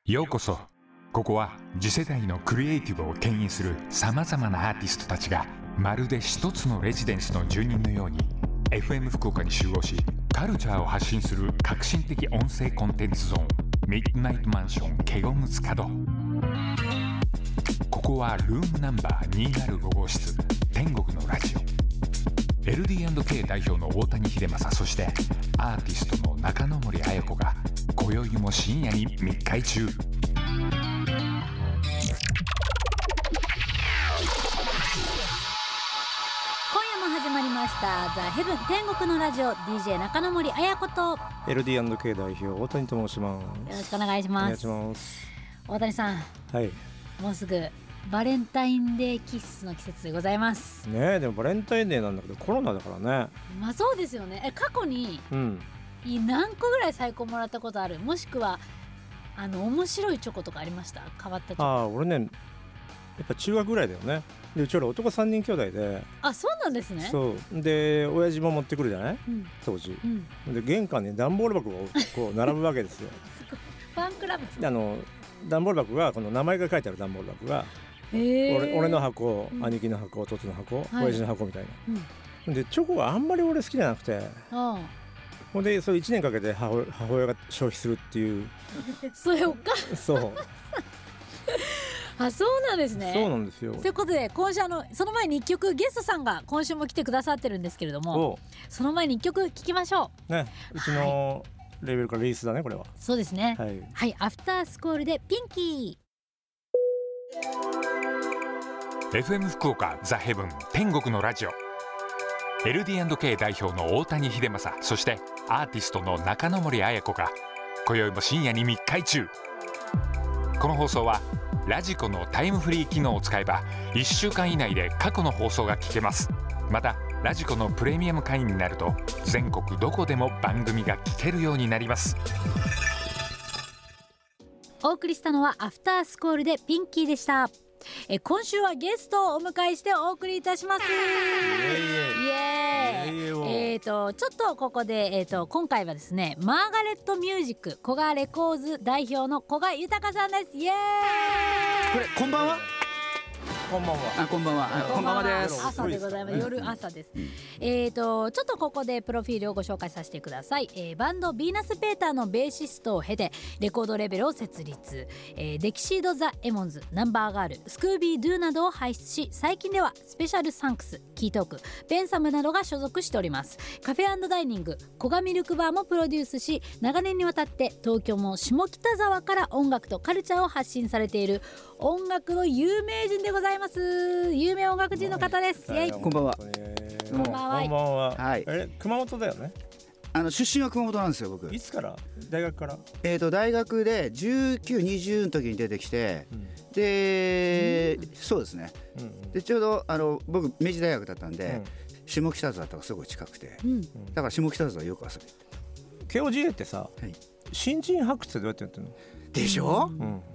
ようこそ。ここは次世代のクリエイティブを牽引するさまざまなアーティストたちがまるで一つのレジデンスの住人のように FM 福岡に集合し、カルチャーを発信する革新的音声コンテンツゾーンミッドナイトマンションケゴムズ角。ここはルームナンバー205号室、天国のラジオ。 LD&K 代表の大谷秀正、そしてアーティストの中野森彩子が今宵も深夜に密会中。 始まりましたザ・ヘブン天国のラジオ DJ 中野森彩子と LD&K 代表大谷と申します。 よろしくお願いします。 お願いします。 大谷さん、 はい、 もうすぐバレンタインデーキッスの季節でございますね。でもバレンタインデーなんだけどコロナだからね。 まあそうですよね。過去に何個ぐらい最高もらったことある？もしくは面白いチョコとかありました？変わったチョコ。 俺ね、やっぱ中学ぐらいだよね。でうちら男3人兄弟で。 あ、そうなんですね。 そうで親父も持ってくるじゃない、当時、で玄関に段ボール箱がこう並ぶわけですよすごいファンクラブ。 段ボール箱がこの名前が書いてある段ボール箱が、俺の箱、兄貴の箱、弟の箱、親父の箱みたいな、でチョコがあんまり俺好きじゃなくて、ほんでそれ1年かけて母親が消費するっていうそうかそうあ、そうなんですね。 そうなんですよ。 ということで今週その前に1曲ゲストさんが今週も来てくださってるんですけれども、その前に1曲聴きましょうね。うちのレーベルからリリースだね、これは。 そうですね。はい、アフタースコールでピンキー。 FM 福岡ザ・ヘブン天国のラジオ。 LD&K 代表の大谷秀正、そしてアーティストの中野森彩子が今宵も深夜に密会中。この放送はラジコのタイムフリー機能を使えば1週間以内で過去の放送が聞けます。またラジコのプレミアム会員になると全国どこでも番組が聞けるようになります。 お送りしたのはアフタースコールでピンキーでした。今週はゲストをお迎えしてお送りいたします。イエーイ。ちょっとここで、今回はですね、マーガレットミュージック古賀レコーズ代表の古賀豊さんです。イエーイ。 これこんばんは。 こんばんは。 こんばんは。こんばんはです。 朝でございます。夜朝です。ちょっとここでプロフィールをご紹介させてください。バンドヴィーナスペーターのベーシストを経てレコードレベルを設立、デキシード・ザ・エモンズ、ナンバーガール、スクービー・ドゥなどを輩出し、最近ではスペシャル・サンクス、キートーク、ベンサムなどが所属しております。カフェ&ダイニング、古賀ミルクバーもプロデュースし、長年にわたって東京も下北沢から音楽とカルチャーを発信されている音楽の有名人でございます。有名音楽人の方です。 こんばんは。 こんばんは。 こんばんは。 はい。 熊本だよね。 出身は熊本なんですよ、僕。 いつから？大学から？ 大学で19、20の時に出てきて、で、そうですね。でちょうど僕明治大学だったんで、下北沢とかすごい近くて、だから下北沢よく遊びに行って。 KOGA ってさ、新人発掘ってどうやってやってるの？ でしょ？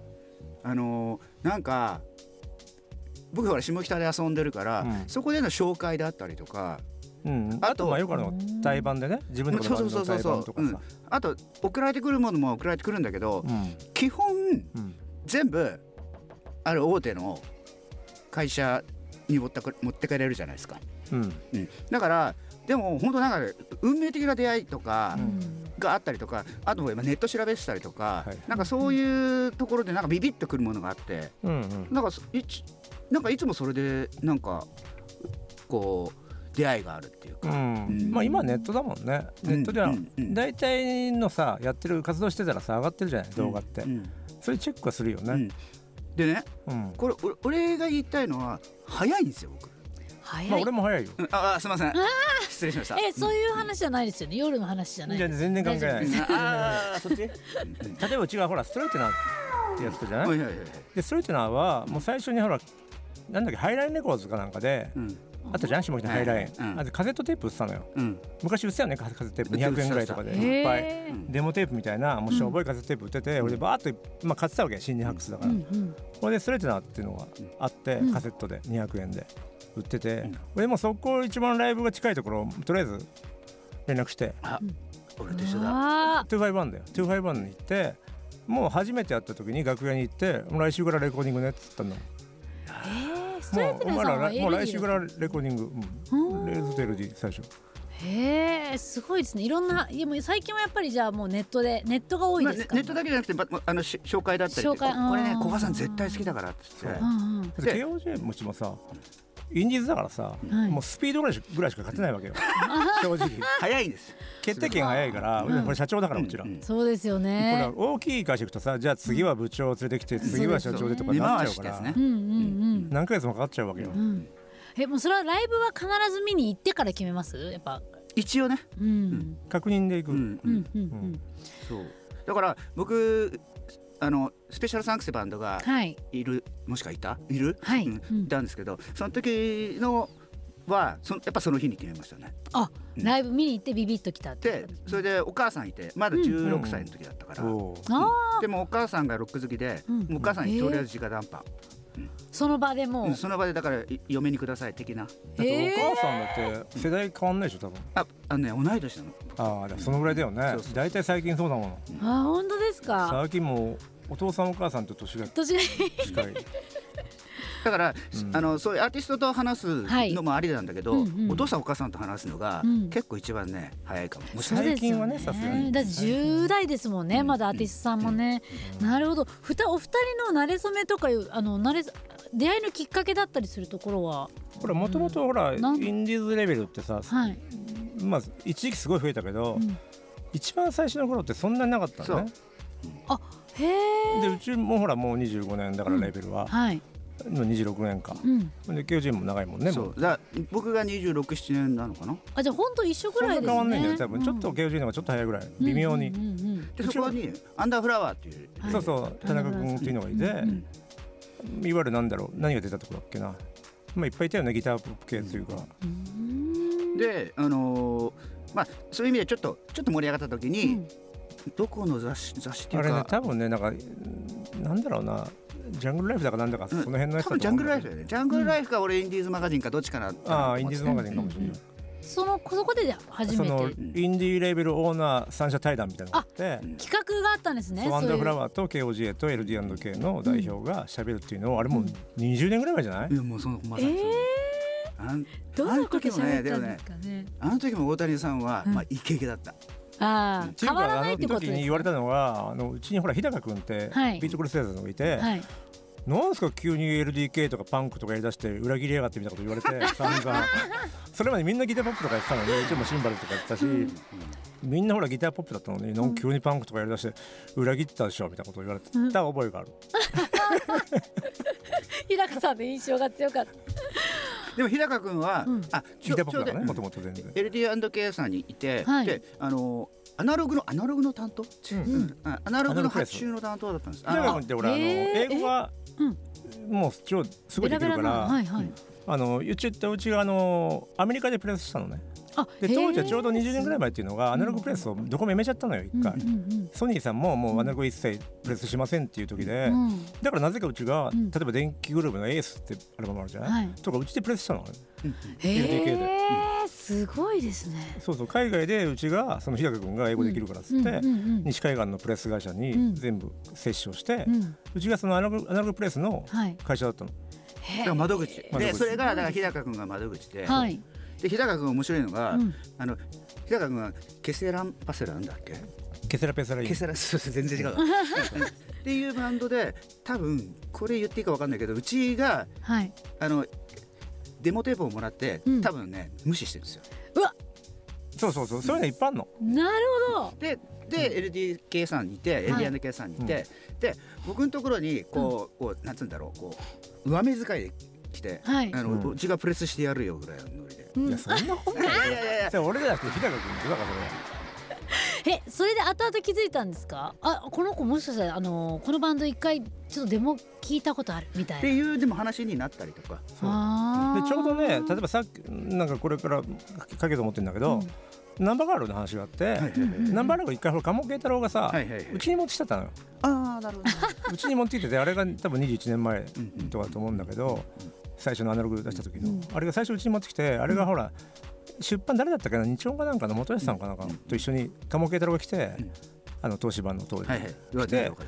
なんか僕は下北で遊んでるから、そこでの紹介であったりとか、 あとよくあるの対バンでね、自分のバンドの対バンとかさ、 あと送られてくるものも送られてくるんだけど、基本、全部ある大手の会社に持ってかれるじゃないですか、だからでも本当なんか運命的な出会いとかがあったりとか、あと今ネット調べてたりとか、なんかそういうところでなんかビビッとくるものがあって、なんかいつもそれでなんかこう出会いがあるっていうか、 今ネットだもんね。ネットでは大体のさ、やってる活動してたらさ上がってるじゃない、動画って、それチェックはするよね。 でね、これ俺が言いたいのは早いんですよ、僕。 俺も早いよ。 すいません、失礼しました。 そういう話じゃないですよね。夜の話じゃない。 全然関係ない。そっち？例えばうちがほらストレートナーってやつじゃない？でストレートナーはもう最初にほらなんだっけ、ハイラインレコーズかなんかで、あったじゃん、下北ハイライン、あとカセットテープ売ってたのよ、昔売ってたよね、カセットテープ200円ぐらいとかでいっぱいデモテープみたいな、もうしょぼいカセットテープ売ってて、俺でバーッと、買ってたわけ、新日発掘だから、これでストレートナーっていうのがあって、カセットで200円で売ってて、俺もそこ一番ライブが近いところとりあえず連絡して、 俺と一緒だ。 251だよ、251に行って、 もう初めて会った時に楽屋に行ってもう来週からレコーディングねって言ったんだ。 ストレートネさんは LD もう来週からレコーディング、レーズと LD 最初。 へえ、すごいですね。いろんな、いやもう最近はやっぱりじゃあもうネットが多いですか、 ネットだけじゃなくて紹介だったりこれね古賀さん絶対好きだからって言って、 KOJ もちもさインディーズだからさ、もうスピードぐらいしか勝てないわけよ正直早いんです。 決定権早いから、これ社長だからもちろん、 そうですよね。 これ大きい会社行くとさ、じゃあ次は部長を連れてきて、次は社長でとかなっちゃうから、何ヶ月もかかっちゃうわけよ。 もうそれはライブは必ず見に行ってから決めます？やっぱ一応ね、 確認でいく。 そうだから僕スペシャルサンクスバンドがいる、もしくはいたいたんですけど、その時のはやっぱその日に決めましたね。 ライブ見に行ってビビッときたって。 それでお母さんいてまだ16歳の時だったから、でもお母さんがロック好きで、お母さんにとりあえず直談判、 その場でもう、 その場でだから嫁にください的な。だってお母さんだって世代変わんないでしょ多分。 同い年なの。 そのぐらいだよね。だいたい最近そうだもの。 本当ですか。 最近もうお父さんお母さんと年が近いだからそういうアーティストと話すのもありなんだけど、お父さんお母さんと話すのが結構一番ね早いかも。 最近はね、さすがにだって10代ですもんね、まだアーティストさんもね。なるほど。お二人の馴れ初めとかいう出会いのきっかけだったりするところは、 ほらもともとほらインディーズレベルってさ、まあ一時期すごい増えたけど、一番最初の頃ってそんなになかったのね。でうちもほらもう25年だからレベルは、26年か、で KOJ も長いもんね。 そうだ、僕が26、7年なのかな。 じゃあ本当一緒ぐらいですね。 そんな変わんないんだよ多分、ちょっと KOJ の方がちょっと早いぐらい、微妙に。 でそこにアンダーフラワーっていう、 そう田中君っていうのがいて、いわゆる何だろう、何が出たとこだっけな、まあいっぱいいたよね、ギターポップ系というか。 でまあそういう意味でちょっと盛り上がった時に、どこの雑誌っていうか、 あれね多分ねなんだろうな、ジャングルライフだかなんだか、その辺のやつだと思う。 ジャングルライフだよね。ジャングルライフか俺インディーズマガジンかどっちかな。 インディーズマガジンかもしれない。 そこで初めてインディーレーベルオーナー三者対談みたいなのがあって、 企画があったんですね。 ワンダーフラワーと KOJ と LD&K の代表が喋るっていうのを、あれもう20年ぐらい前じゃない？ もうまさにどんなこと喋ったんですかね。 あの時も大谷さんはイケイケだった。 変わらないってことですね。 時に言われたのが、うちにほら日高君ってビートクルセイザーズのがいて、なんですか急に LDK とかパンクとかやりだして裏切りやがってみたいなこと言われて、散々それまでみんなギターポップとかやってたのに、うちもシンバルとかやってたし、みんなほらギターポップだったのに、なんか急にパンクとかやりだして裏切ったでしょみたいなことを言われてた覚えがある。 日高さんの印象が強かった。 でも日高君はギターポップだからね、もともと全然 LD&K さんにいて、でアナログの担当、アナログの発注の担当だったんです。 日高君ってほら英語がもう超すごいできるから、うちがアメリカでプレスしたのね。で当時はちょうど20年ぐらい前っていうのが、アナログプレスをどこもやめちゃったのよ一回。ソニーさんももうアナログ一切プレスしませんっていう時で、だからなぜかうちが例えば電気グループのエースってアルバムあるじゃない、とかうちでプレスしたのね。LDK ですごいですね。 そう海外でうちがその日高君が英語できるからっつって、西海岸のプレス会社に全部接種をして、うちがそのアナログプレスの会社だったの。 だから窓口で、それがだから日高君が窓口で、で日高君面白いのが、日高君はケセランパセランだっけ、 ケセラペセライン、 ケセラ全然違うっていうバンドで、多分これ言っていいか分かんないけど、うちがデモテープをもらって多分ね無視してるんですよ。 そういうのいっぱいあるの。 なるほど。 で LDK さんにいて、LD&K さんにいて、で僕のところにこうなんつうんだろう、こう上目遣いで来て、うちがプレスしてやるよぐらいのノリで。 いやそんなことない。俺じゃなくて日高君だからそれ。 それで後々気づいたんですか？この子もしかしたらこのバンド一回ちょっとデモ聞いたことあるみたいなっていうでも話になったりとか。 でちょうどね、例えばさっきなんかこれから書けと思ってるんだけど、ナンバーガールの話があって、ナンバーガールが一回鴨慶太郎がさ、うちに持ってきちゃったのよ。 なるほど。 うちに持ってきてて、あれが多分21年前とかだと思うんだけど、最初のアナログ出した時の、あれが最初うちに持ってきて、あれがほら出版誰だったっけな、日音かなんかの元吉さんかなんかと一緒に鴨慶太郎が来て、東芝の当時来て、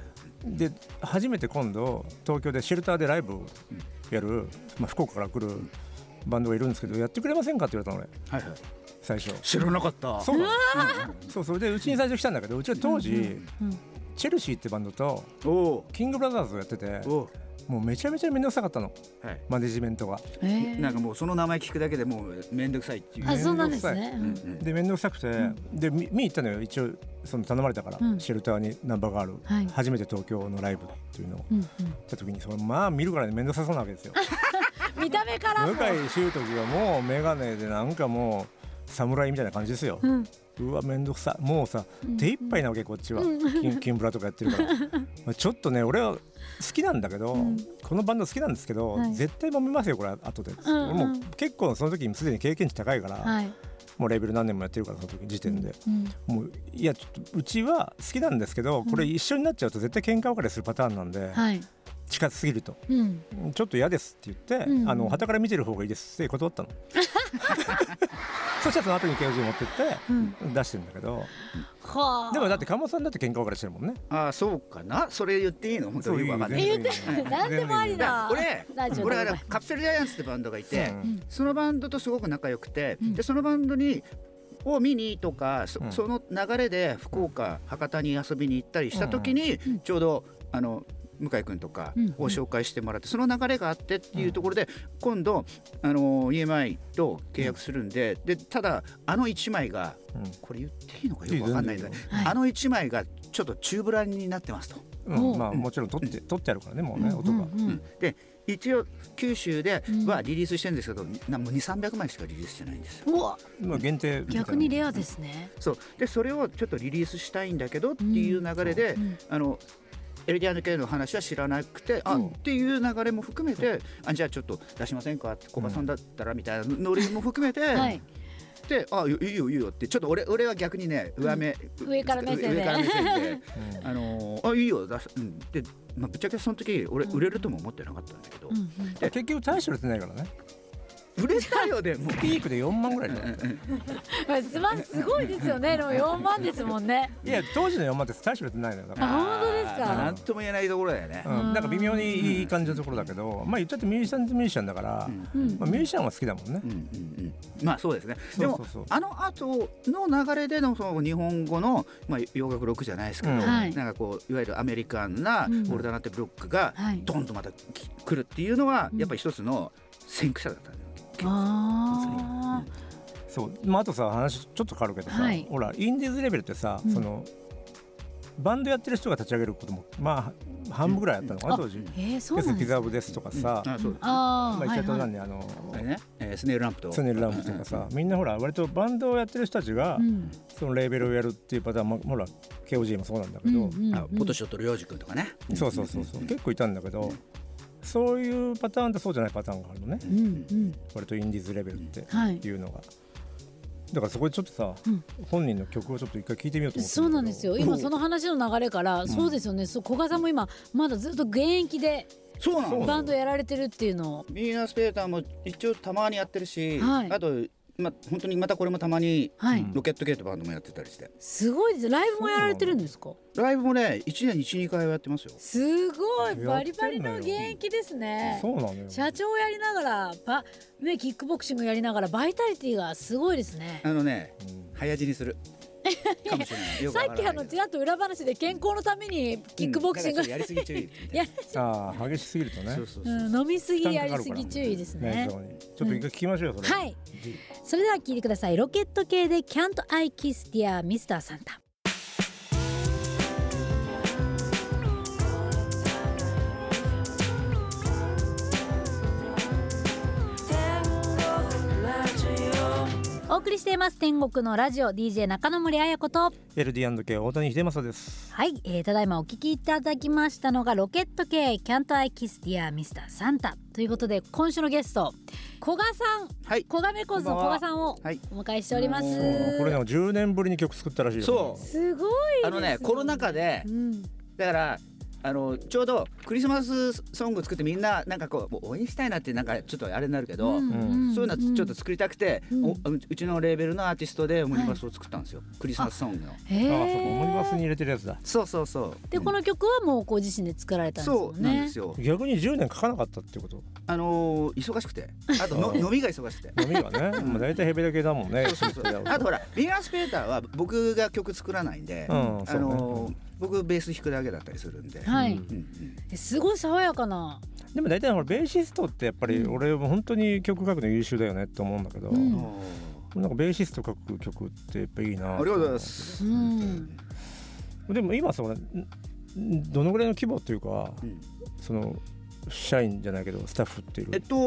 で初めて今度東京でシェルターでライブをやる、福岡から来るバンドがいるんですけど、やってくれませんかって言われたの俺、はいはい、最初知らなかった。 そうなの、そうそれでうちに最初来たんだけど、うちは当時、チェルシーってバンドとキングブラザーズをやってて、もうめちゃめちゃめんどくさかったの、マネジメントが、 なんかもうその名前聞くだけでもうめんどくさいっていう。 そうなんですね。 でめんどくさくて、で見に行ったのよ、一応その頼まれたから、シェルターにナンバーがある、初めて東京のライブっていうのを行った時に、それまあ見るからにめんどくさそうなわけですよ見た目からも向井秀時がもうメガネでなんかもう侍みたいな感じですよ、うわめんどくさ、もうさ、手一杯なわけこっちは、キンブラとかやってるからちょっとね俺は好きなんだけど、このバンド好きなんですけど、絶対揉めますよこれ後で、もう結構その時にすでに経験値高いから、もうレベル何年もやってるからその時時点で、もういやちょっとうちは好きなんですけど、これ一緒になっちゃうと絶対喧嘩別れするパターンなんで、近すぎると、ちょっと嫌ですって言って、傍から見てる方がいいですって断ったのそしたらその後に KOG 持ってって出してるんだけど、でもだって鴨さんだって喧嘩別れしてるもんね。 ああそうかな、それ言っていいの？本当によくわかんない。 言って何でもありだ。 俺カプセルジャイアンツってバンドがいて、そのバンドとすごく仲良くて、でそのバンドを見にとか、その流れで福岡博多に遊びに行ったりした時に、ちょうど向井君とかを紹介してもらって、その流れがあってっていうところで、今度EMI と契約するんで、ただ1枚が、これ言っていいのかよく分かんないんだ、1枚がちょっとチューブラになってますと、 もちろん取ってあるからね、もうね、音が、 で一応九州ではリリースしてるんですけど、もう200-300枚しかリリースしてないんですよ。 限定逆にレアですね。 そうで、それをちょっとリリースしたいんだけどっていう流れで、LDNK の話は知らなくて、っていう流れも含めて、じゃあちょっと出しませんかって、小葉さんだったらみたいなノリも含めて、でいいよいいよって、ちょっと俺は逆にね上から目線でいいよ出す、でぶっちゃけその時俺売れるとも思ってなかったんだけど、 結局大して売れてないからね。 売れたよでもピークで4万ぐらいすごいですよね。でも4万ですもんね。 いや当時の4万って大して売れてないのよ。だから本当ですか。 なんとも言えないところだよね。 なんか微妙にいい感じのところだけど、言っちゃってミュージシャンってミュージシャンだから、ミュージシャンは好きだもんね。 まあそうですね。でも後の流れでのその日本語の洋楽ロックじゃないですけど、なんかこういわゆるアメリカンなオルタナティブロックがドンとまた来るっていうのはやっぱり一つの先駆者だった。 そう、あとさ話ちょっと変わるけどさ、ほらインディーズレベルってさ、そのバンドやってる人が立ち上げることも半分ぐらいあったのかな当時。 そうなんですね。 ピザブですとかさ、 言っちゃったなんでスネールランプとかさ、みんなほら割とバンドをやってる人たちがそのレーベルをやるっていうパターンもほら KOG もそうなんだけど、 ポトショット領事君とかね、 そう結構いたんだけど、そういうパターンとそうじゃないパターンがあるのね、割とインディーズレベルっていうのが、だからそこでちょっとさ、本人の曲をちょっと一回聴いてみようと思って。 そうなんですよ。今その話の流れから、そうですよね。古賀さんも今まだずっと現役でバンドやられてるっていうのを。 ヴィーナスペーターも一応たまにやってるし、あと本当にまたこれもたまにロケットゲートバンドもやってたりして、 すごいです。ライブもやられてるんですか？ ライブもね1年に 1,2 回はやってますよ。 すごいバリバリの現役ですね。 そうなのよ。 社長をやりながらキックボクシングやりながらバイタリティがすごいですね。 早死にするかもしれない。 さっきちらっと裏話で健康のためにキックボクシング、 やりすぎ注意激しすぎるとね、 飲みすぎやりすぎ注意ですね。 ちょっと一回聞きましょうよそれ。 はい、それでは聞いてください。ロケット系で Can't I Kiss Dear Mr. Santa。お送りしています天国のラジオ、 DJ 中野森彩子と LD&K 大谷秀正です。 はい、ただいまお聞きいただきましたのがロケット系 Can't I Kiss Dear Mr. Santa ということで、今週のゲスト古賀さん、古賀メコーズの古賀さんをお迎えしております。 これね10年ぶりに曲作ったらしいよ。 そうすごいですね。 コロナ禍で、だからちょうどクリスマスソング作ってみんななんかこう応援したいなってなんかちょっとあれになるけど、そういうのちょっと作りたくて、うちのレーベルのアーティストでオムニバスを作ったんですよ、クリスマスソングの。 そうオムニバスに入れてるやつだ。 そうそうそう。 でこの曲はもうご自身で作られたんですよね。 そうなんですよ。 逆に10年書かなかったってこと？ 忙しくて、あと飲みが忙しくて。 飲みがね、まあ大体ヘビだけだもんね。 あとほらヴィーナス・ペーターは僕が曲作らないんで、僕ベース弾くだけだったりするんで、 すごい爽やかな。 でも大体ほらベーシストってやっぱり俺も本当に曲書くの優秀だよねって思うんだけど、なんかベーシスト書く曲ってやっぱいいな。 ありがとうございます。 でも今どのぐらいの規模というか、その社員じゃないけどスタッフっていう。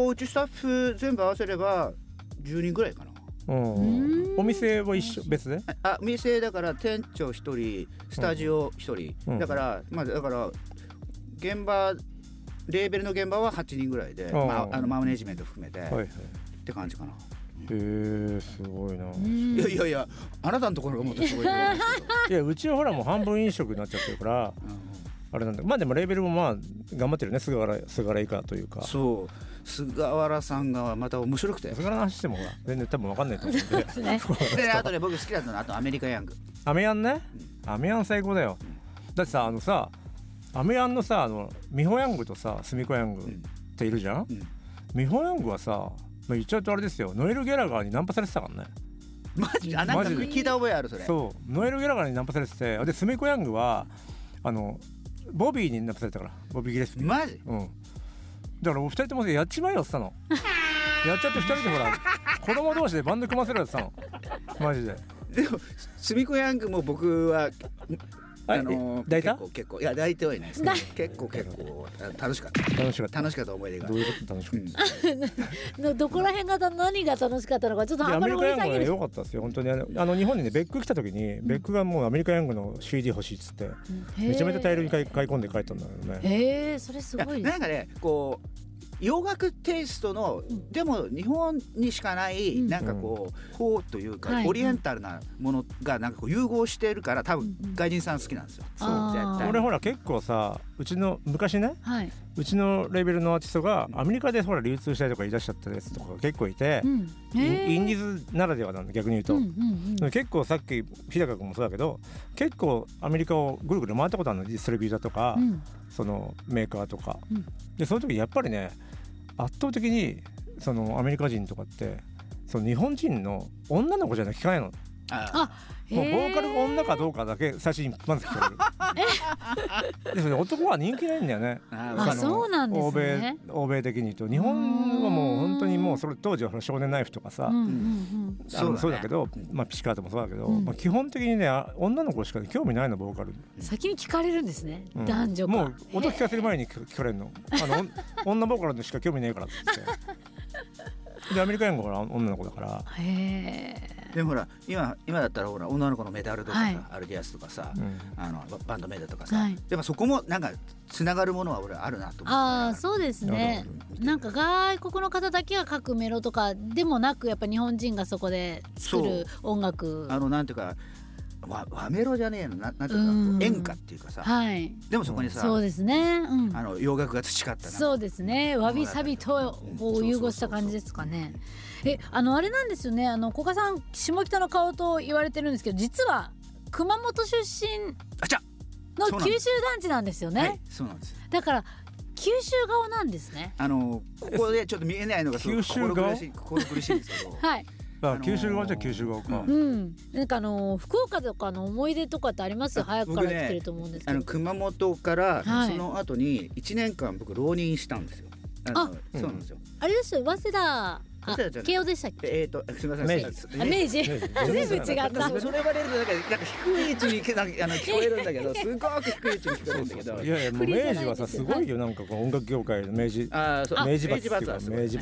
うちスタッフ全部合わせれば10人ぐらいかな。 お店は一緒別で？ お店だから店長1人、スタジオ1人、だからだから現場レーベルの現場は8人ぐらいで、マネジメント含めて、って感じかな。 へえ、すごいな。 いやあなたのところがもっとすごいと思いますけど。いやうちはほらもう半分飲食になっちゃってるから、あれなんだ。まあでもレーベルもまあ頑張ってるね。菅原以下というか。 そう。菅原さんがまた面白くて。 菅原の話してもほら全然多分分かんないと思うんで。 であとね僕好きだったのあとアメリカヤング。 アメヤンね。アメヤン最高だよ。だってさアメヤンのさミホヤングとさスミコヤングっているじゃん。ミホヤングはさ言っちゃうとあれですよ、ノエル・ギャラガーにナンパされてたからね。 マジ？なんか聞いた覚えあるそれ。 そうノエル・ギャラガーにナンパされてて、でスミコヤングはボビーにナンパされたから、ボビー・ギレスピー。 マジ？ だからお二人ともやっちまえよって言ったの。やっちゃって二人でほら子供同士でバンド組ませろよって言ったのマジで。 でもスミコヤングも僕は抱いた？ 結構いや抱いてはいないですけど結構楽しかった思い出が。 どういうこと楽しかった？ どこら辺が何が楽しかったのかちょっとあんまり掘り下げる。 アメリカヤングは良かったですよ本当に。日本にねベック来た時にベックがもうアメリカヤングの CD 欲しいっつってめちゃめちゃ大量に買い込んで帰ったんだけどね。 それすごいです。 なんかねこう洋楽テイストのでも日本にしかないなんかこうというかオリエンタルなものがなんかこう融合してるから多分外人さん好きなんですよ。 俺ほら結構さうちの昔ね、うちのレーベルのアーティストがアメリカでほら流通したりとか言い出しちゃったやつとか結構いて、インディーズならではなんだ逆に言うと、結構さっき日高君もそうだけど結構アメリカをぐるぐる回ったことあるの、ディストリビューターとか、そのメーカーとか、でその時やっぱりね圧倒的にそのアメリカ人とかってその日本人の女の子じゃなきゃ聞かないの。もうボーカルが女かどうかだけ最初にまず聞かれる。でそれ男は人気ないんだよね。 そうなんですね。 欧米的に言うと日本はもう本当にもうそれ当時は少年ナイフとかさ、そうだけど、ピチカートもそうだけど、基本的にね女の子しか興味ないのボーカル。 先に聞かれるんですね、男女か。 もう音聞かせる前に聞かれるの。女ボーカルしか興味ないからって。でアメリカヤングは女の子だから。 でもほら今だったらほら女の子のメダルとかさ、アルディアスとかさ、バンドメダルとかさ、でもそこもなんかつながるものは俺あるなと思って。 そうですね。なんか外国の方だけが書くメロとかでもなくやっぱ日本人がそこで作る音楽、 なんていうか和メロじゃねえのなんていうか演歌っていうかさ、でもそこにさ、 そうですね、 洋楽が培ったそうですね、わびさびと融合した感じですかね。あれなんですよね、古賀さん下北の顔と言われてるんですけど実は熊本出身の九州男児なんですよね。 そうなんです。 だから九州顔なんですね。 ここでちょっと見えないのが九州顔心苦しいんですけど九州側じゃ九州側か。 なんか福岡とかの思い出とかってありますよ。早くから来てると思うんですけど。 熊本からその後に1年間僕浪人したんですよ。そうなんですよ。 あれですよ、早稲田慶応でしたっけ？ すみません。 明治。全部違った。 それ言われるとなんか低い位置に聞こえるんだけど、すごく低い位置に聞こえるんだけど。 いやもう明治はさすごいよ、なんかこう音楽業界の明治罰。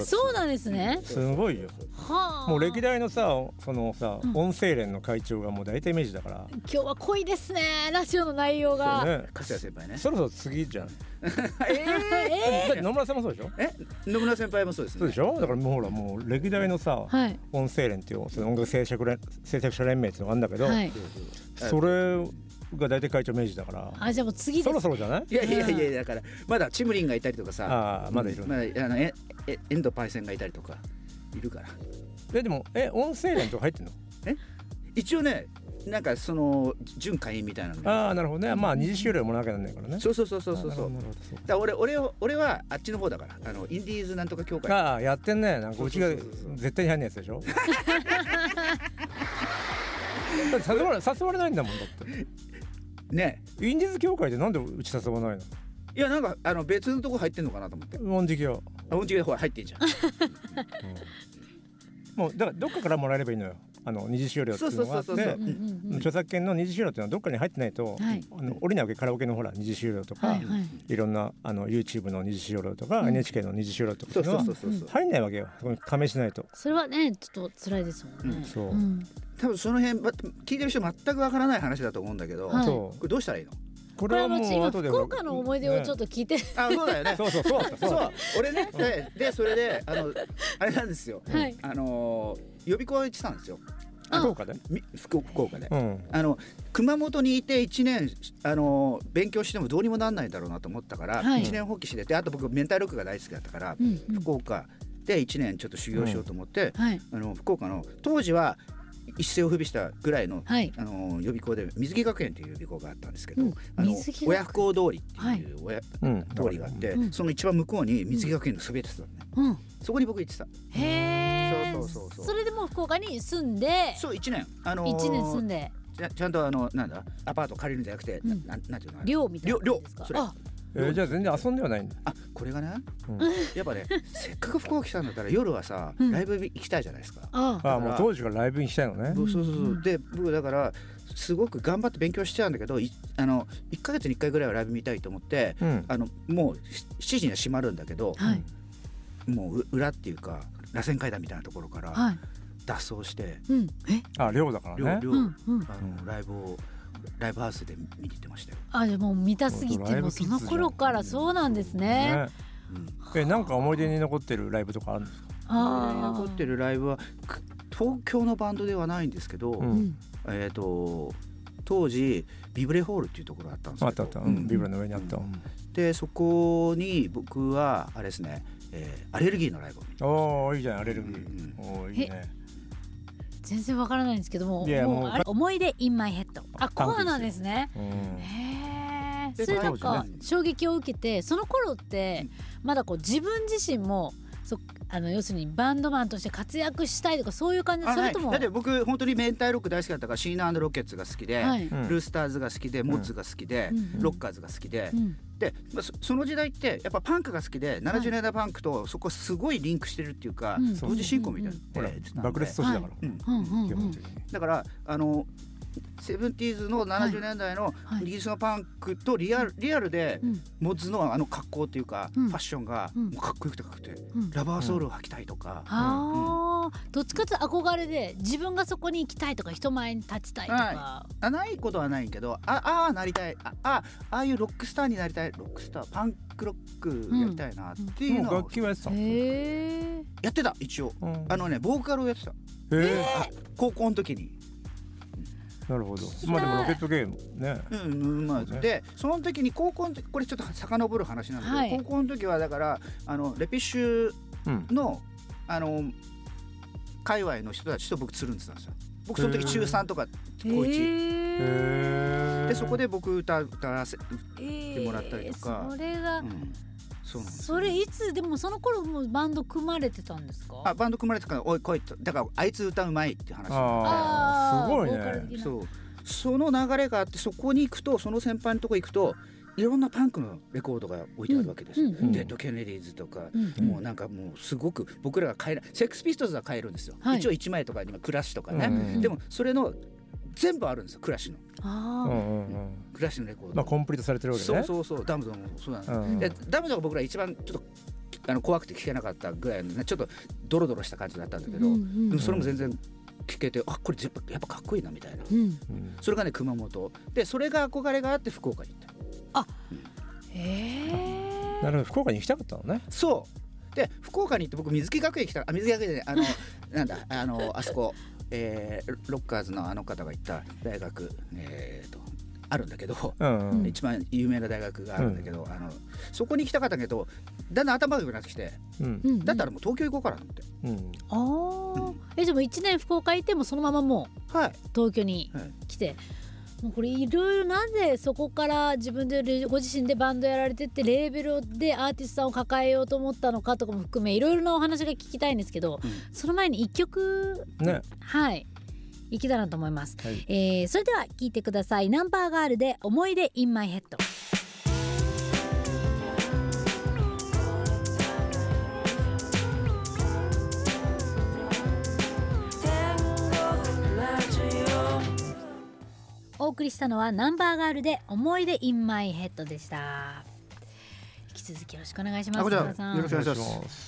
そうなんですね。 すごいよ。もう歴代のさそのさ音声連の会長がもう大体明治だから。 今日は濃いですね、ラジオの内容が。 粕谷先輩ね。 そろそろ次じゃん。野村さんもそうでしょ。 野村先輩もそうですね。 そうでしょ。だからもうほらもう歴代のさ、音声連っていうその音楽制作者連盟っていうのがあるんだけど、それが大体会長明治だから。 じゃあもう次です、 そろそろじゃない？ いやだからまだチムリンがいたりとかさ、 まだいる、 まだ遠藤パイセンがいたりとかいるから。 でも音声連とか入ってんの？ 一応ね、なんかその準会員みたいなの。 なるほどね。まあ20周年もらわなきゃなんないからね。 そうだ俺はあっちの方だから、インディーズなんとか協会。 やってんね。なんかうちが絶対に入んないやつでしょ。だって誘われないんだもんだってね。 インディーズ協会でなんでうち誘わないの？ いや、なんか別のとこ入ってんのかなと思って。 音時はほら入ってんじゃん。 もうだからどっかからもらえればいいのよ。二次使用料っていうのがあって、著作権の二次使用料っていうのはどっかに入ってないと、降りないわけ。カラオケのほら二次使用料とか、いろんなYouTube の二次使用料とか、NHK の二次使用料とかっていうのは入んないわけよ。そこに加盟しないと。 それはねちょっと辛いですもんね。 そう。 多分その辺聞いてる人全くわからない話だと思うんだけど、これどうしたらいいの？ これはもう後で福岡の思い出をちょっと聞いて、 そうだよね。そう俺ね、でそれであれなんですよ、予備校行ってたんですよ、福岡で。熊本にいて1年勉強してもどうにもなんないだろうなと思ったから1年放棄してて、あと僕メンタルロックが大好きだったから福岡で1年ちょっと修行しようと思って、福岡の当時は一世を風靡したぐらいの、予備校で水木学園という予備校があったんですけど、親不孝通りっていう通りがあって、その一番向こうに水木学園のそびえてたのね、そこに僕行ってた。 へー。それでも福岡に住んで、 そう1年 1年住んでちゃんとなんだアパート借りるんじゃなくて、なんていうの、 寮みたいな感じですか？ それじゃあ全然遊んではないんだ。 これがね、やっぱねせっかく福岡来たんだったら夜はさライブ行きたいじゃないですか。 もう当時からライブにしたいのね。 そうで僕だからすごく頑張って勉強してたんだけど、1ヶ月に1回ぐらいはライブ見たいと思って、もう7時には閉まるんだけど、もう裏っていうか螺旋階段みたいなところから脱走して、 寮だからね、 ライブハウスで見に行ってましたよ。 じゃあもう見たすぎて、もその頃からそうなんですね。 なんか思い出に残ってるライブとかあるんですか？ 残ってるライブは東京のバンドではないんですけど、当時ビブレホールっていうところがあったんですけど、 ビブレの上にあった。 でそこに僕はあれですね、アレルギーのライブ。 いいじゃん、アレルギー。いいね。 全然わからないんですけども、思い出インマイヘッド。こうなんですね。へえ。それなんか衝撃を受けて、その頃ってまだこう自分自身も要するにバンドマンとして活躍したいとかそういう感じ？それともだって僕本当にメンタルロック大好きだったから、シーナ&ロケッツが好きで、ルースターズが好きで、モッツが好きで、ロッカーズが好きで、でその時代ってやっぱパンクが好きで、70年代パンクとそこすごいリンクしてるっていうか、同時進行みたいな、 爆裂都市だから、 だからセブンティーズの70年代のイギリスのパンクとリアルでモッズの格好っていうかファッションがもうかっこよくてラバーソールを履きたいとか、 どっちかというと憧れで自分がそこに行きたいとか人前に立ちたいとか、 ないことはないけど、なりたい、ああいうロックスターになりたい、ロックスターパンクロックやりたいなっていうのを楽器はやってたの？ やってた。一応ボーカルをやってた、高校の時に。 なるほど。でもロケットゲームね。 でその時に高校の時、これちょっと遡る話なんだけど、高校の時はだからレピッシュの、界隈の人たちと僕つるんでたんですよ。僕その時中3とか高1で、そこで僕歌わせてもらったりとか。 それがそれいつでもその頃もバンド組まれてたんですか？ バンド組まれてたから、おい来いと、だからあいつ歌うまいっていう話。 すごいね。 その流れがあって、そこに行くと、その先輩のとこ行くといろんなパンクのレコードが置いてあるわけです。デッド・ケネディーズとか、もうなんかもうすごく僕らが買えない、セックスピストルズは買えるんですよ、一応1枚とかにクラッシュとかね、でもそれの全部あるんですよ、クラッシュの。クラッシュのレコード、 コンプリートされてるわけね。 そうダムズもそうなんです。ダムズが僕ら一番ちょっと怖くて聴けなかったぐらいのね、ちょっとドロドロした感じだったんだけど、でもそれも全然聴けて、これやっぱかっこいいなみたいな、それがね熊本で、それが憧れがあって福岡に行った。 なるほど、福岡に行きたかったのね。 そうで福岡に行って、僕水木学園来た。水木学園でなんだあそこ、ロッカーズの方が行った大学、 あるんだけど、 うんうん、 一番有名な大学があるんだけど、そこに行きたかったけどだんだん頭が良くなってきて、だったらもう東京行こうかなと思って、 じゃあもう1年福岡行ってもそのままもう東京に来て、もうこれいろいろなんでそこから自分でご自身でバンドやられてってレーベルでアーティストさんを抱えようと思ったのかとかも含めいろいろなお話が聞きたいんですけど、その前に1曲、いけたらと思います、それでは聴いてください。ナンバーガールで思い出 in my head。お送りしたのはナンバーガールで思い出 in my head でした。引き続きよろしくお願いします。 よろしくお願いします。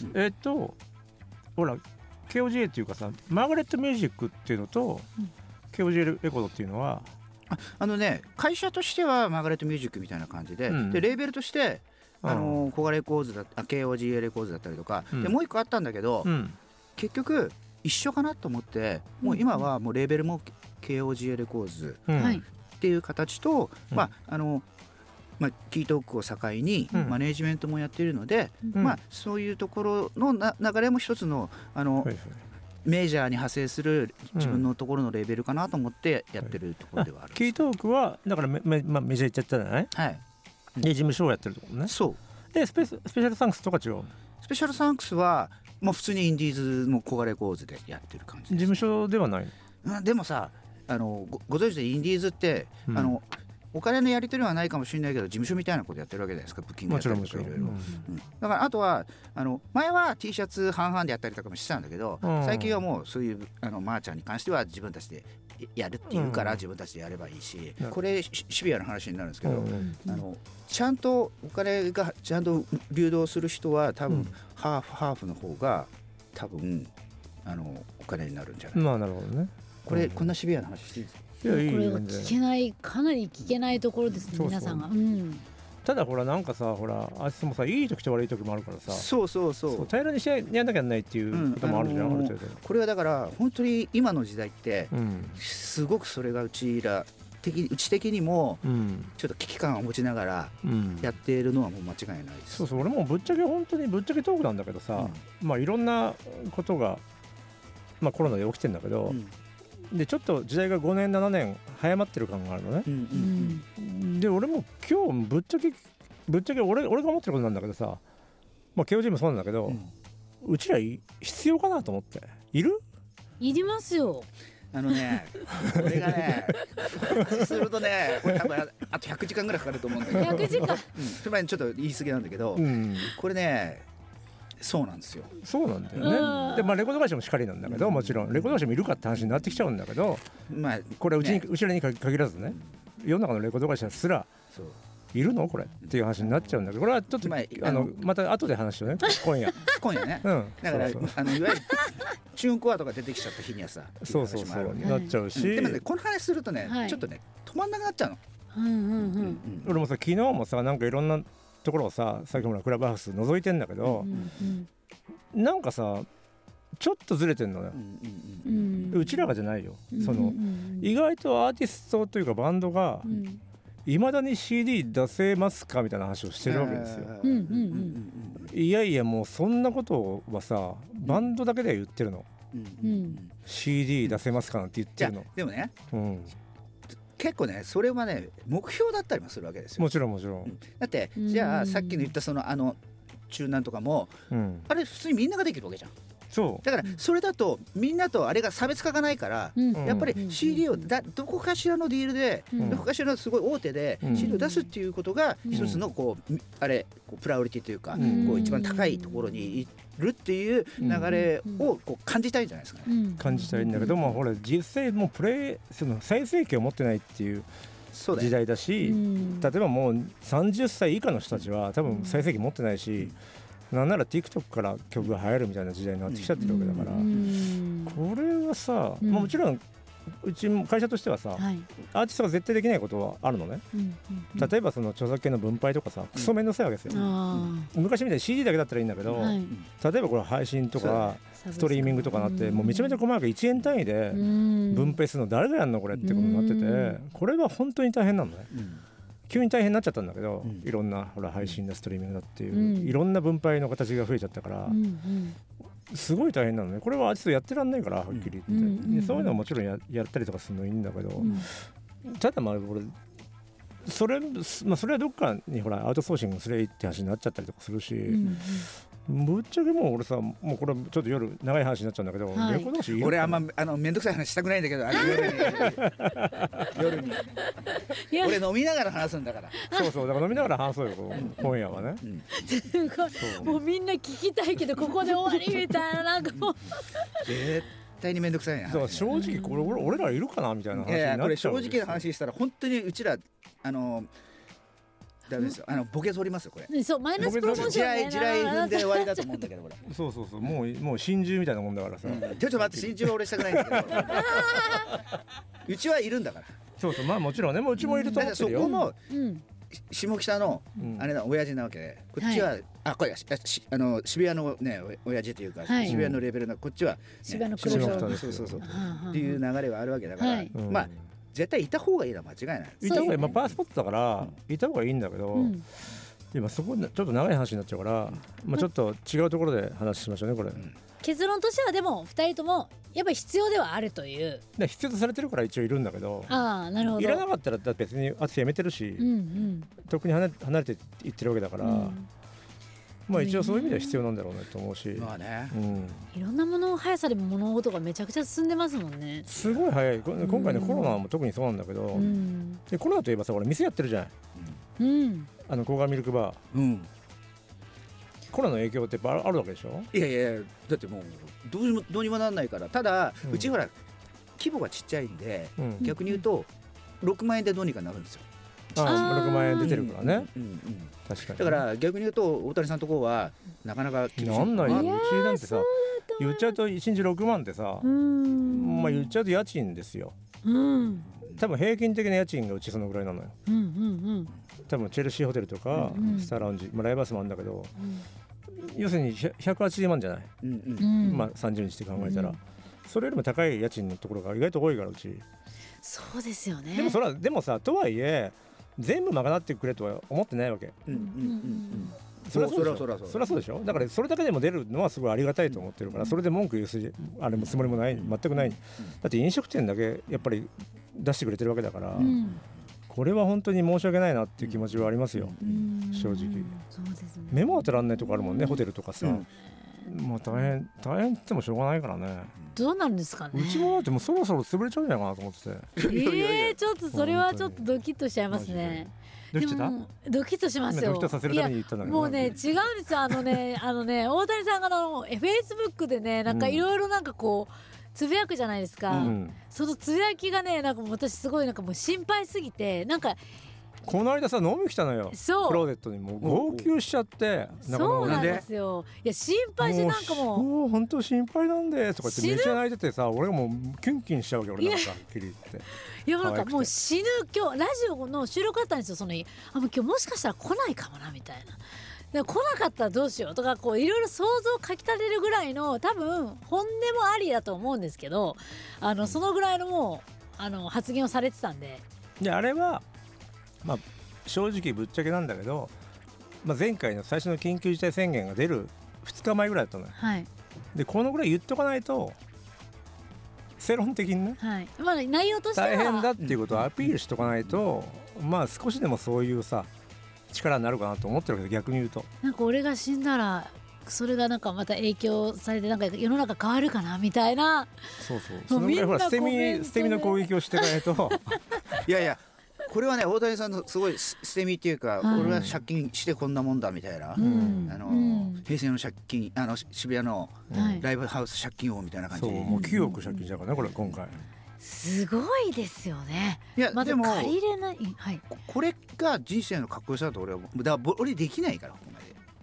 ほら KOGA っていうかさ、マーガレットミュージックっていうのと、KOGA レコードっていうのは会社としてはマーガレットミュージックみたいな感じで、でレーベルとしてコガレコーズだKOGA レコーズだったりとか、でもう一個あったんだけど、結局一緒かなと思って、もう今はもうレーベルもKOGA レコーズっていう形と、キートークを境にマネージメントもやっているので、そういうところの流れも一つのメジャーに派生する自分のところのレベルかなと思ってやってるところではある。 キートークはだからメジャー行っちゃったじゃない、で事務所をやってるところね。 そうでスペシャルサンクスとか違う。 スペシャルサンクスはもう普通にインディーズもコガレコーズでやってる感じです。 事務所ではない。 でもさご存知でインディーズって、お金のやり取りはないかもしれないけど事務所みたいなことやってるわけじゃないですか。ブッキングやったりとかいろいろ。だからあとは前は T シャツ半々でやったりとかもしてたんだけど、最近はもうそういうマーちゃんに関しては自分たちでやるっていうから自分たちでやればいいし、これシビアな話になるんですけど、ちゃんとお金がちゃんと流動する人は多分、ハーフの方が多分お金になるんじゃない。 なるほどね。 これこんなシビアな話していいですか。 これは聞けない、かなり聞けないところですね。皆さんが、 ただほらなんかさ、ほらあいつもさ、いい時と悪い時もあるからさ、 そう平らにしてやんなきゃないっていうこともあるじゃん、 これはだから本当に今の時代って、すごくそれがうち的にもちょっと危機感を持ちながらやっているのはもう間違いないです。 俺もぶっちゃけ本当にぶっちゃけトークなんだけどさ、いろんなことがコロナで起きてんだけど、でちょっと時代が5年7年早まってる感があるのね、で俺も今日ぶっちゃけ俺が思ってることなんだけどさ、KOG もそうなんだけど、うちら必要かなと思って。いりますよ。 これがねするとね、これ多分あと100時間ぐらいかかると思うんだけど 100時間つまりちょっと言い過ぎなんだけど、これねそうなんですよ。 そうなんだよね。でレコード会社もしかりなんだけど、もちろんレコード会社もいるかって話になってきちゃうんだけど、これうちらに限らずね、世の中のレコード会社すらいるのこれっていう話になっちゃうんだけど、これはちょっとまた後で話しようね、今夜ね。 だからいわゆるチューンコアとか出てきちゃった日にはさ、 そうなっちゃうし、 でもねこの話するとねちょっとね止まんなくなっちゃうの。 俺もさ、昨日もさ、なんかいろんなところをさ、さっきもクラブハウス覗いてんだけど、なんかさちょっとずれてんのよ、うちらがじゃないよ。意外とアーティストというかバンドがいまだに CD 出せますかみたいな話をしてるわけですよ。いやいや、もうそんなことはさバンドだけで言ってるの、CD 出せますかなんて言ってるの。 でもね、結構ねそれはね目標だったりもするわけですよ。 もちろん、 だってじゃあさっきの言った中南とかも、あれ普通にみんなができるわけじゃん。だからそれだとみんなとあれが差別化がないから、やっぱり CD をどこかしらのディールで、どこかしらのすごい大手で CD を出すっていうことが一つのプライオリティというか、一番高いところにいるっていう流れを感じたいんじゃないですかね。 感じたいんだけど、ほら実際もうその最盛期を持ってないっていう時代だし、例えばもう30歳以下の人たちは多分最盛期持ってないし、なんなら TikTok から曲が流行るみたいな時代になってきちゃってるわけだから、これはさ、もちろんうちも会社としてはさ、はい、アーティストが絶対できないことはあるのね、例えばその著作権の分配とかさクソめんどくさいわけですよ、昔みたいに CD だけだったらいいんだけど、はい、例えばこれ配信とかストリーミングとかなって、もうめちゃめちゃ細かく1円単位で分配するの誰がやるのこれってことになってて、これは本当に大変なのね、急に大変になっちゃったんだけど、いろんなほら配信だストリーミングだっていう、いろんな分配の形が増えちゃったから、すごい大変なのね。これはアーティストやってらんないから、はっきり言って、でそういうのはもちろん やったりとかするのいいんだけど、ただまあ俺それはどっかにほらアウトソーシングすればいいって話になっちゃったりとかするし、ぶっちゃけもう俺さ、もうこれちょっと夜長い話になっちゃうんだけど、 はい、俺あんまめんどくさい話したくないんだけど、夜に俺飲みながら話すんだから。 そうだから飲みながら話そうよ、今夜はね、 もうみんな聞きたいけどここで終わりみたいな、なんかもう絶対にめんどくさいな。 そう正直これ俺らいるかなみたいな話になっちゃう。 これ正直な話したら本当にうちらダメですよ、ボケ取りますよこれ。 そうマイナスプロモーションね、 地雷踏んで終わりだと思うんだけどこれ。 そうもう真珠みたいなもんだからさ。 ちょっと待って、真珠は俺したくないんだけどうちはいるんだから。 そうまあもちろんね、もううちもいると思ってるよ。 そこの下北のあれだ親父なわけで、こっちはこれ渋谷のね親父というか、渋谷のレベルのこっちは渋谷の黒潮、 そうっていう流れはあるわけだから、まあ絶対いた方がいいのは間違いない。 いた方がいい、パワースポットだからいた方がいいんだけど、今そこちょっと長い話になっちゃうから、ちょっと違うところで話しましょうねこれ。 結論としてはでも2人ともやっぱり必要ではあるという。 必要とされてるから一応いるんだけど、 なるほど。 いらなかったら別にあとやめてるし、特に離れていってるわけだから、まあ一応そういう意味では必要なんだろうねと思うし、 まあね、 いろんなもの速さでも物事がめちゃくちゃ進んでますもんね。 すごい早い。今回ねコロナも特にそうなんだけど、でコロナといえばさ、俺店やってるじゃん、甲賀ミルクバー、コロナの影響ってやっぱあるわけでしょ。 いやだってもうどうにもなんないから。ただうちほら規模がちっちゃいんで、逆に言うと6万円でどうにかなるんですよ。 6万円出てるからね、確かに。 だから逆に言うと大谷さんのところはなかなか厳しい。 なんないうちなんてさ、言っちゃうと1日6万ってさ、まあ言っちゃうと家賃ですよ。多分平均的な家賃がうちそのぐらいなのよ。多分チェルシーホテルとかスターラウンジ、ライブハウスもあるんだけど、要するに180万じゃない、まあ30日って考えたら、それよりも高い家賃のところが意外と多いからうち。 そうですよね。 でもさ、とはいえ全部賄ってくれとは思ってないわけ。そりゃそうでしょ。だからそれだけでも出るのはすごいありがたいと思ってるから、それで文句言うあれもつもりもない、全くない。だって飲食店だけやっぱり出してくれてるわけだから、これは本当に申し訳ないなっていう気持ちはありますよ、正直。 そうですね。 目も当てらんないとこあるもんね、ホテルとかさ。もう大変って言ってもしょうがないからね。 どうなんですかね。 うちもだってもうそろそろ潰れちゃうんじゃないかなと思ってて。 ちょっとそれはちょっとドキッとしちゃいますね。 ドキッとしますよ。 ドキッとさせるために言ったんだけど、 もうね違うんですよ。大谷さんがFacebook でね、なんかいろいろなんかこうつぶやくじゃないですか、そのつぶやきがね、なんか私すごいなんかもう心配すぎて、なんかこの間さ飲み来たのよ、クローゼットに。もう号泣しちゃって。 そうなんですよ。いや心配して、なんかもう本当心配なんでとかってめっちゃ泣いててさ、俺がもうキュンキュンしちゃうわけ。俺なんかキリって。 いやなんかもう死ぬ。今日ラジオの収録あったんですよ。もう今日もしかしたら来ないかもなみたいな。で来なかったらどうしようとか、こういろいろ想像をかきたてるぐらいの多分本音もありだと思うんですけど、そのぐらいのもう発言をされてたんで。 であれはまあ正直ぶっちゃけなんだけど、前回の最初の緊急事態宣言が出る2日前ぐらいだったのよ、でこのぐらい言っとかないと世論的にね、 内容としては大変だっていうことをアピールしとかないと、少しでもそういうさ力になるかなと思ってるけど、逆に言うとなんか俺が死んだらそれがなんかまた影響されて、なんか世の中変わるかなみたいな。 そのぐらいほら捨て身の攻撃をしていかないといやこれはね大谷さんのすごい捨て身っていうか、俺は借金してこんなもんだみたいな、平成の借金、渋谷のライブハウス借金王みたいな感じで、 もう9億借金したからねこれ今回。 すごいですよね。 いやでも借りれない、 これが人生のかっこよさだと俺は。だから俺できないからここまで。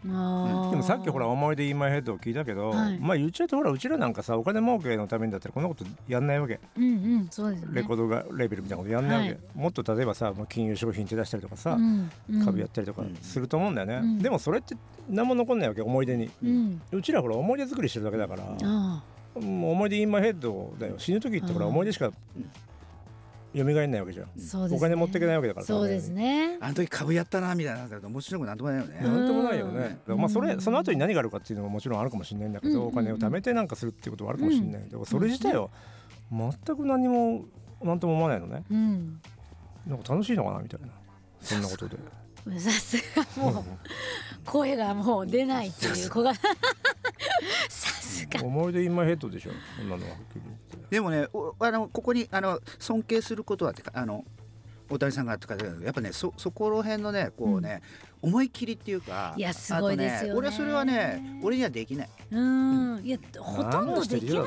でもさっきほら思い出インマイヘッドを聞いたけど、まあ言っちゃうとほらうちらなんかさお金儲けのためにだったらこんなことやんないわけ、 そうですね、 レコードがレベルみたいなことやんないわけ、もっと例えばさ金融商品手出したりとかさ、株やったりとかすると思うんだよね、でもそれって何も残んないわけ思い出に、うちらほら思い出作りしてるだけだから、もう思い出インマイヘッドだよ。死ぬ時ってほら思い出しか蘇んないわけじゃん、お金持っていけないわけだから。 そうですね、 あの時株やったなみたいなのだと面白くなんともないよね。 なんともないよね。まあその後に何があるかっていうのももちろんあるかもしれないんだけど、お金を貯めてなんかするっていうことはあるかもしれないけど、それ自体は全く何もなんとも思わないのね、なんか楽しいのかなみたいな、そんなことでさすがもう声がもう出ないっていう子がさすが思い出インマイヘッドでしょ、こんなのははっきり言って。 でもねここに尊敬することはって大谷さんがとかやっぱねそこら辺のねこうね、思い切りっていうか、 いやすごいですよね。 俺はそれはね俺にはできない。 いやほとんどできない。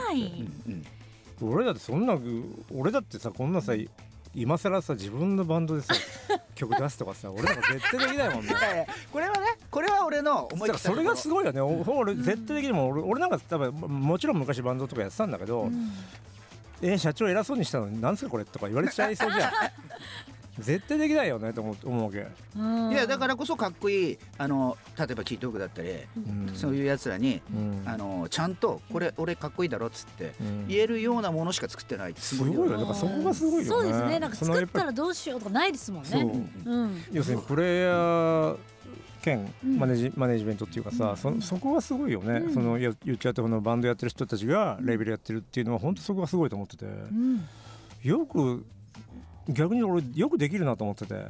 俺だってさこんなさ今更さ自分のバンドでさ曲出すとかさ俺なんか絶対できないもんねこれは俺の思い切ったところ。 それがすごいよね。俺絶対できるもん。俺なんか多分もちろん昔バンドとかやってたんだけど、社長偉そうにしたのになんすかこれとか言われちゃいそうじゃん絶対できないよねと思うわけ。 いやだからこそかっこいい例えばキートークだったり、そういうやつらに、ちゃんとこれ俺かっこいいだろっつって言えるようなものしか作ってない。 すごいよ。だからそこがすごいよね。 そうですね。なんか作ったらどうしようとかないですもんね。 要するにプレイヤー兼マネジメントっていうかさ、そこがすごいよね。言っちゃうとバンドやってる人たちがレベルやってるっていうのは本当そこがすごいと思ってて、逆に俺よくできるなと思ってて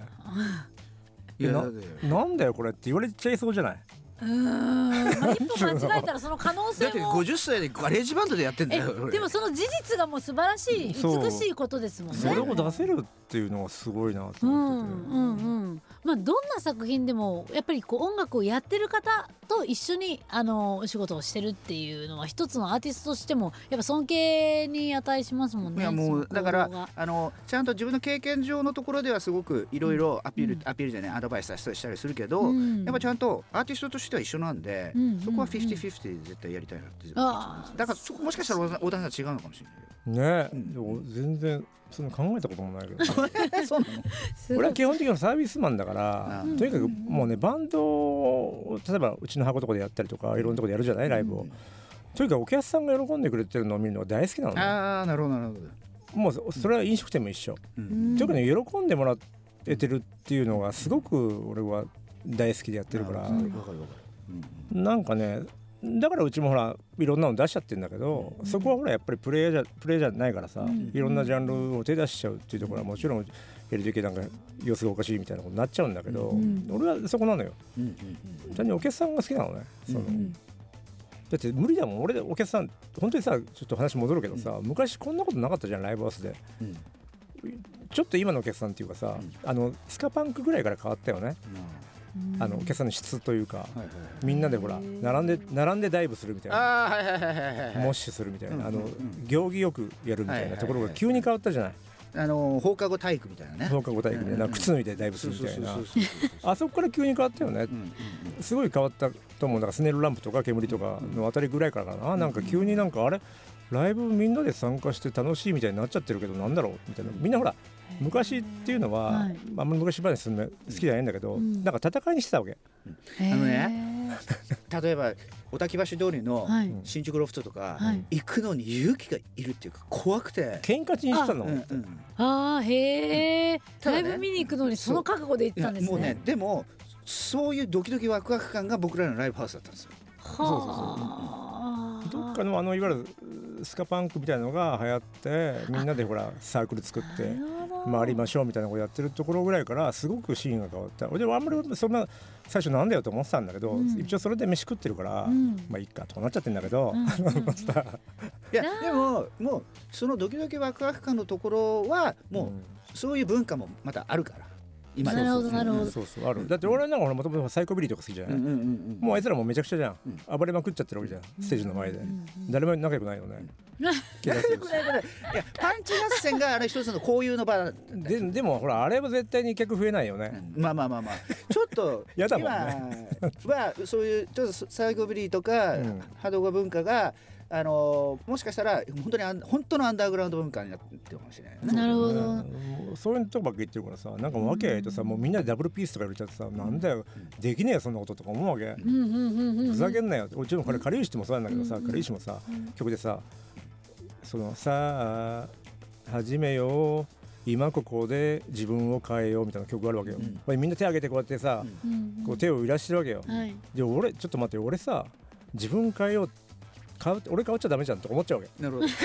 なんだよこれって言われちゃいそうじゃない。 一歩間違えたらその可能性もだって50歳でガレージバンドでやってんだよ。 でもその事実がもう素晴らしい美しいことですもんね。 それを出せるっていうのがすごいなと思ってて、 まあ、どんな作品でもやっぱりこう音楽をやってる方と一緒にお仕事をしてるっていうのは一つのアーティストとしてもやっぱ尊敬に値しますもんね。 いやもうだからちゃんと自分の経験上のところではすごくいろいろアピールじゃないアドバイスしたりするけど、やっぱちゃんとアーティストとしては一緒なんで、そこは 50-50 で絶対やりたいなってだからそこもしかしたら大谷さん違うのかもしれないね。でも全然そんな考えたこともないけどそうなの俺は基本的にサービスマンだから、とにかくもうねバンドを例えばうちの箱とかでやったりとかいろんなところでやるじゃないライブを、とにかくお客さんが喜んでくれてるのを見るのが大好きなのね。 なるほどもうそれは飲食店も一緒、とにかくね喜んでもらえてるっていうのがすごく俺は大好きでやってるから、なんかねだからうちもほらいろんなの出しちゃってるんだけど、そこはほらやっぱりプレイヤーじゃないからさ、いろんなジャンルを手出しちゃうっていうところはもちろん LDK なんか様子がおかしいみたいなことになっちゃうんだけど、俺はそこなのよ。単にお客さんが好きなのね。だって無理だもん。俺でお客さん本当にさちょっと話戻るけどさ、昔こんなことなかったじゃんライブハウスで、ちょっと今のお客さんっていうかさ、スカパンクぐらいから変わったよね。お客さんの質というか、みんなでほら並んでダイブするみたいな、モッシュするみたいな、行儀よくやるみたいなところが急に変わったじゃない。 放課後体育みたいなね。 放課後体育で靴脱いでダイブするみたいな、あそこから急に変わったよね。すごい変わったと思う。だからスネルランプとか煙とかのあたりぐらいからかな。なんか急になんかあれライブみんなで参加して楽しいみたいになっちゃってるけどなんだろうみたいな。みんなほら昔っていうのは、あんまり昔話するの好きじゃないんだけど、なんか戦いにしてたわけ。 例えば小滝橋通りの新宿ロフトとか、行くのに勇気がいるっていうか怖くて喧嘩にしてたの。 へえ。ライブ見に行くのにその覚悟で行ってたんですね。 もうねでもそういうドキドキワクワク感が僕らのライブハウスだったんですよ。 どっかのいわゆるスカパンクみたいなのが流行ってみんなでほらサークル作って回りましょうみたいなことやってるところぐらいからすごくシーンが変わった。俺はあんまりそんな最初なんだよと思ってたんだけど、一応それで飯食ってるから、まあいいかとかなっちゃってるんだけど、 いやでももうそのドキドキワクワク感のところはもうそういう文化もまたあるから。 今なるほどなるほど。 そうそうある。だって俺なんかもともとサイコビリーとか好きじゃない、もうあいつらもめちゃくちゃじゃん、暴れまくっちゃってるわけじゃん、ステージの前で、誰も仲良くないよね。 いやパンチ合戦が一つの交友の場でもほらあれは絶対に客増えないよね、 まあちょっとやだもんね今はそういうちょっとサイコビリーとか、波動画文化がもしかしたら本当のアンダーグラウンド文化になってるかもしれないね。 なるほど。 そういうとこばっか言ってるからさ、なんかもうわけやとさ、もうみんなでダブルピースとか言われちゃってさ、なんだよできねえよそんなこととか思うわけ、ふざけんなよ。もちろんこれかりゆしもそうなんだけどさ、かりゆしもさ曲でさ、そのさあ始めよう今ここで自分を変えようみたいな曲があるわけよ、みんな手挙げてこうやってさ、こう手を揺らしてるわけよ、で俺ちょっと待って俺さ自分変えよう俺変わっちゃダメじゃんと思っちゃうわけ。 なるほど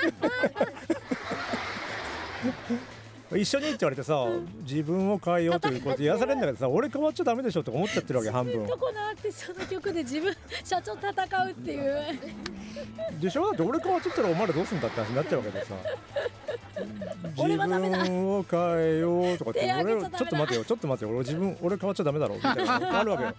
一緒にって言われてさ、自分を変えようということで癒されるんだけどさ、俺変わっちゃダメでしょって思っちゃってるわけ半分。 どこのアーティストの曲で自分社長戦うっていうでしょ。だって俺変わっちゃったらお前らどうすんだって話になっちゃうわけでさ俺はダメだ自分を変えようとかって手挙げちゃダメだちょっと待てよ俺変わっちゃダメだろみたいなのあるわけよ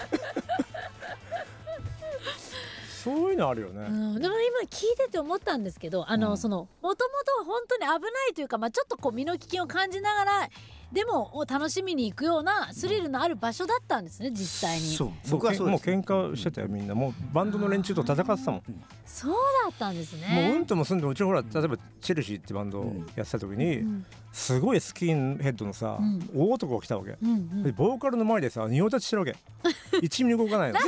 そういうのあるよね、 でも今聞いてて思ったんですけど、そのもともと本当に危ないというか、ちょっとこう身の危険を感じながらでも楽しみに行くようなスリルのある場所だったんですね、実際に。 そう僕はそうです。もう喧嘩してたよみんな。もうバンドの連中と戦ってたもん。 そうだったんですね。 もううんともすんでもうちほら例えばチェルシーってバンドをやってた時に、すごいスキンヘッドのさ、大男が来たわけ、でボーカルの前でさ仁王立ちしてるわけ1ミリ動かないのなんで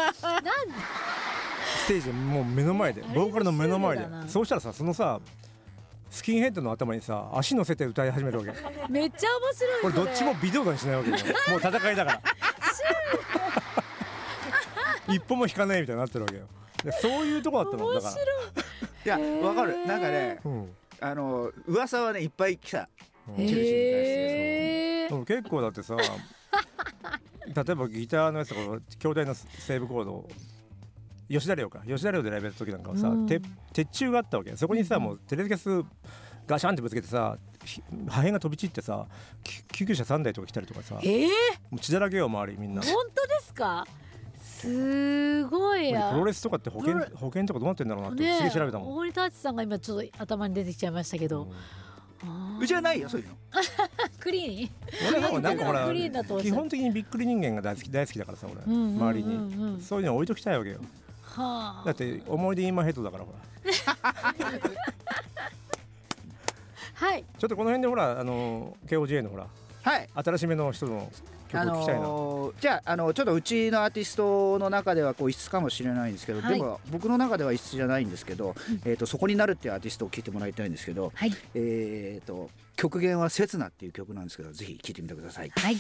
ステージもう目の前でボーカルの目の前で、そうしたらさそのさスキンヘッドの頭にさ足乗せて歌い始めるわけめっちゃ面白い。 これどっちも微動だにしないわけよもう戦いだから一歩も引かないみたいになってるわけよ。でそういうとこだったのだから。 いやわかる。なんかね、噂はねいっぱい来た。チェルシーに対してそう結構だってさ例えばギターのやつとか兄弟のセーブコード吉田寮でライブやった時なんかはさ、鉄柱があったわけ。そこにさもうテレビキャスガシャンってぶつけてさ破片が飛び散ってさ救急車3台とか来たりとかさ、もう血だらけよ周りみんな。 本当ですか。すごいや。 プロレスとかって保険とかどうなってんだろうなってすげえ調べたもん。 大森太一さんが今ちょっと頭に出てきちゃいましたけど、 うちはないよそういうのクリーン。 俺なんかほら基本的にびっくり人間が大好きだからさ俺、周りにそういうの置いときたいわけよ。だって思い出インマーヘッドだからほらはい。 ちょっとこの辺でほらKOJ のほら、新しめの人の曲を聴きたいな。 じゃあちょっとうちのアーティストの中では異質かもしれないんですけど、でも僕の中では異質じゃないんですけど、そこになるっていうアーティストを聴いてもらいたいんですけど、曲源は刹那っていう曲なんですけど、ぜひ聴いてみてください。 はい。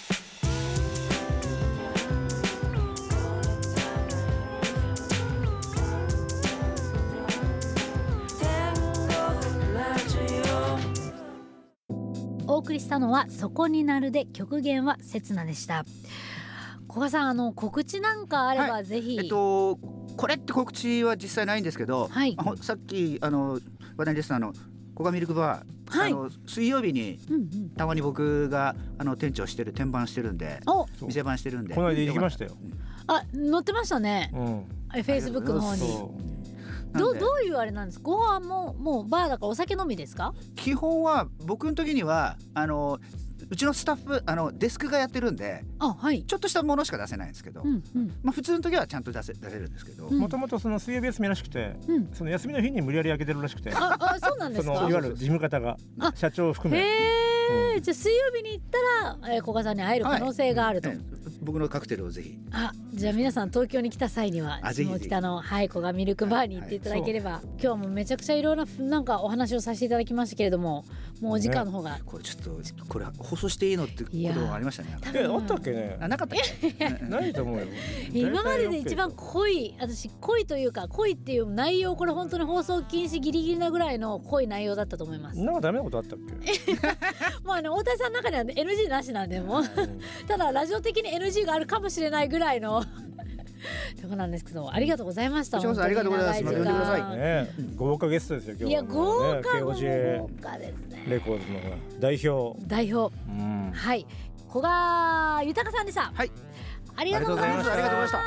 お送りしたのはそこになるで、曲源は刹那でした。古賀さん告知なんかあればぜひ。 これって告知は実際ないんですけど、さっき話題に出た古賀ミルクバー、水曜日にたまに僕が店長してる店番してるんで、店番してるんで、 この間行きましたよ。 載ってましたね、Facebook の方に。どういうあれなんですか。ご飯ももうバーだからお酒飲みですか。 基本は僕の時にはうちのスタッフデスクがやってるんで、ちょっとしたものしか出せないんですけど、普通の時はちゃんと出せるんですけど、もともとその水曜日休みらしくて、その休みの日に無理やり開けてるらしくて、 そうなんですか。 いわゆる事務方が社長を含め。 じゃあ水曜日に行ったら古賀さんに会える可能性があると。 僕のカクテルをぜひ。 じゃあ皆さん東京に来た際には下北の古賀ミルクバーに行っていただければ。今日もめちゃくちゃいろんななんかお話をさせていただきましたけれども、もうお時間の方が、 これちょっとこれ放送していいのってことがありましたね。 あったっけね。 なかったっけ。 ないと思うよ。 今までで一番私濃いというか、濃いっていう内容、これ本当に放送禁止ギリギリなぐらいの濃い内容だったと思います。 なんかダメなことあったっけ。 もう大谷さんの中では NG なしなんで、もうただラジオ的に NG があるかもしれないぐらいのとこなんですけど、ありがとうございました。 ありがとうございます。呼んでくださいね。豪華ゲストですよ今日。 いや豪華 KOJ ですね。 レコードの代表。 はい。 古賀豊さんでした。 はい、 ありがとうございました。 ありがとうございました。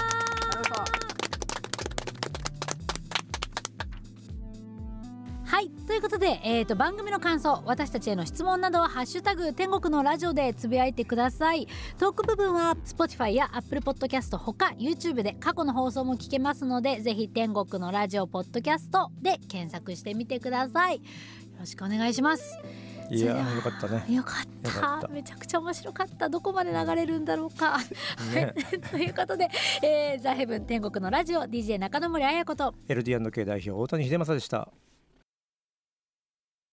はい、ということで、番組の感想、私たちへの質問などはハッシュタグ天国のラジオでつぶやいてください。トーク部分は Spotify や Apple Podcast ほか YouTube で過去の放送も聞けますので、ぜひ天国のラジオポッドキャストで検索してみてください。よろしくお願いします。 いやよかったね。 よかった。めちゃくちゃ面白かった。どこまで流れるんだろうか、ね、ということで、ザ・ヘブン天国のラジオ DJ 中野森彩子と LD&K 代表大谷秀正でした。